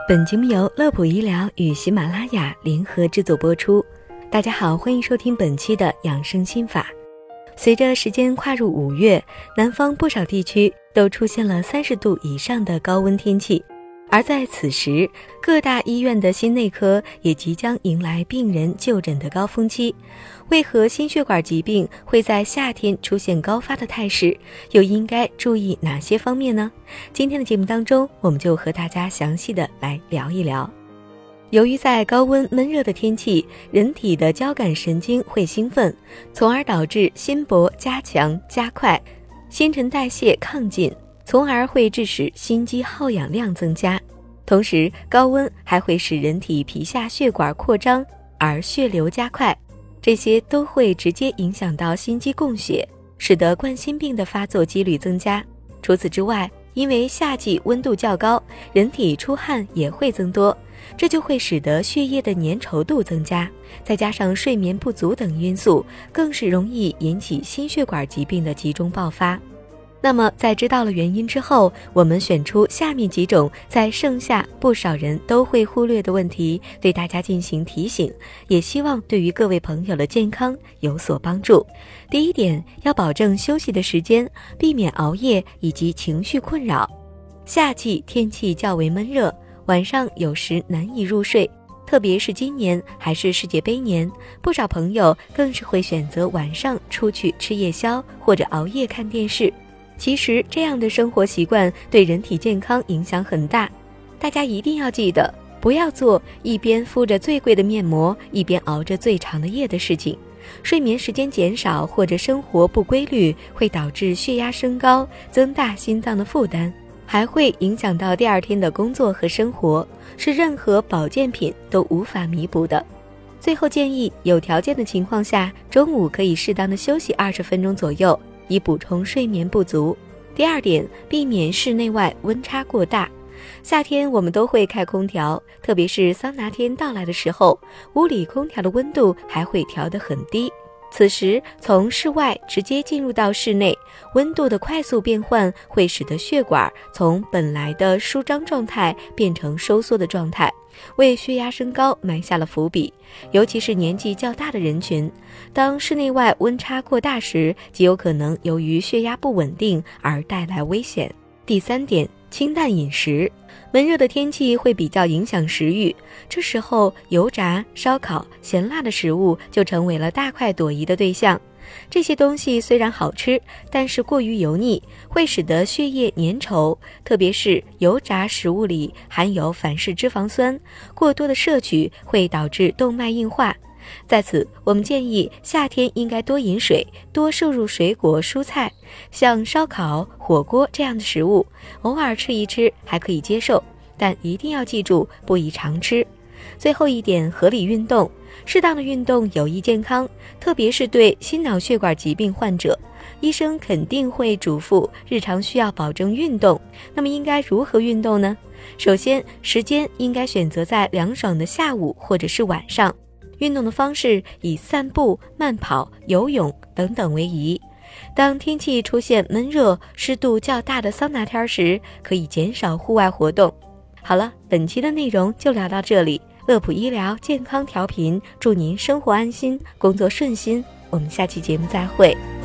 本节目由乐普医疗与喜马拉雅联合制作播出。大家好，欢迎收听本期的养生心法。随着时间跨入5月，南方不少地区都出现了30度以上的高温天气，而在此时，各大医院的心内科也即将迎来病人就诊的高峰期。为何心血管疾病会在夏天出现高发的态势，又应该注意哪些方面呢？今天的节目当中，我们就和大家详细的来聊一聊。由于在高温闷热的天气，人体的交感神经会兴奋，从而导致心搏加强加快，新陈代谢亢进，从而会致使心肌耗氧量增加。同时，高温还会使人体皮下血管扩张，而血流加快，这些都会直接影响到心肌供血，使得冠心病的发作几率增加。除此之外，因为夏季温度较高，人体出汗也会增多，这就会使得血液的粘稠度增加，再加上睡眠不足等因素，更是容易引起心血管疾病的集中爆发。那么在知道了原因之后，我们选出下面几种在盛夏不少人都会忽略的问题，对大家进行提醒，也希望对于各位朋友的健康有所帮助。第一点，要保证休息的时间，避免熬夜以及情绪困扰。夏季天气较为闷热，晚上有时难以入睡，特别是今年还是世界杯年，不少朋友更是会选择晚上出去吃夜宵或者熬夜看电视。其实这样的生活习惯对人体健康影响很大，大家一定要记得，不要做一边敷着最贵的面膜，一边熬着最长的夜的事情。睡眠时间减少或者生活不规律，会导致血压升高，增大心脏的负担，还会影响到第二天的工作和生活，是任何保健品都无法弥补的。最后建议，有条件的情况下，中午可以适当的休息20分钟左右，以补充睡眠不足。第二点，避免室内外温差过大。夏天我们都会开空调，特别是桑拿天到来的时候，屋里空调的温度还会调得很低。此时从室外直接进入到室内，温度的快速变换会使得血管从本来的舒张状态变成收缩的状态，为血压升高埋下了伏笔。尤其是年纪较大的人群，当室内外温差过大时，极有可能由于血压不稳定而带来危险。第三点，清淡饮食。闷热的天气会比较影响食欲，这时候油炸、烧烤、咸辣的食物就成为了大快朵颐的对象。这些东西虽然好吃，但是过于油腻，会使得血液粘稠，特别是油炸食物里含有反式脂肪酸，过多的摄取会导致动脉硬化。在此，我们建议夏天应该多饮水，多摄入水果蔬菜，像烧烤、火锅这样的食物，偶尔吃一吃还可以接受，但一定要记住不宜常吃。最后一点，合理运动。适当的运动有益健康，特别是对心脑血管疾病患者，医生肯定会嘱咐日常需要保证运动。那么应该如何运动呢？首先，时间应该选择在凉爽的下午或者是晚上，运动的方式以散步、慢跑、游泳等等为宜。当天气出现闷热、湿度较大的桑拿天时，可以减少户外活动。好了，本期的内容就聊到这里。乐普医疗健康调频，祝您生活安心，工作顺心。我们下期节目再会。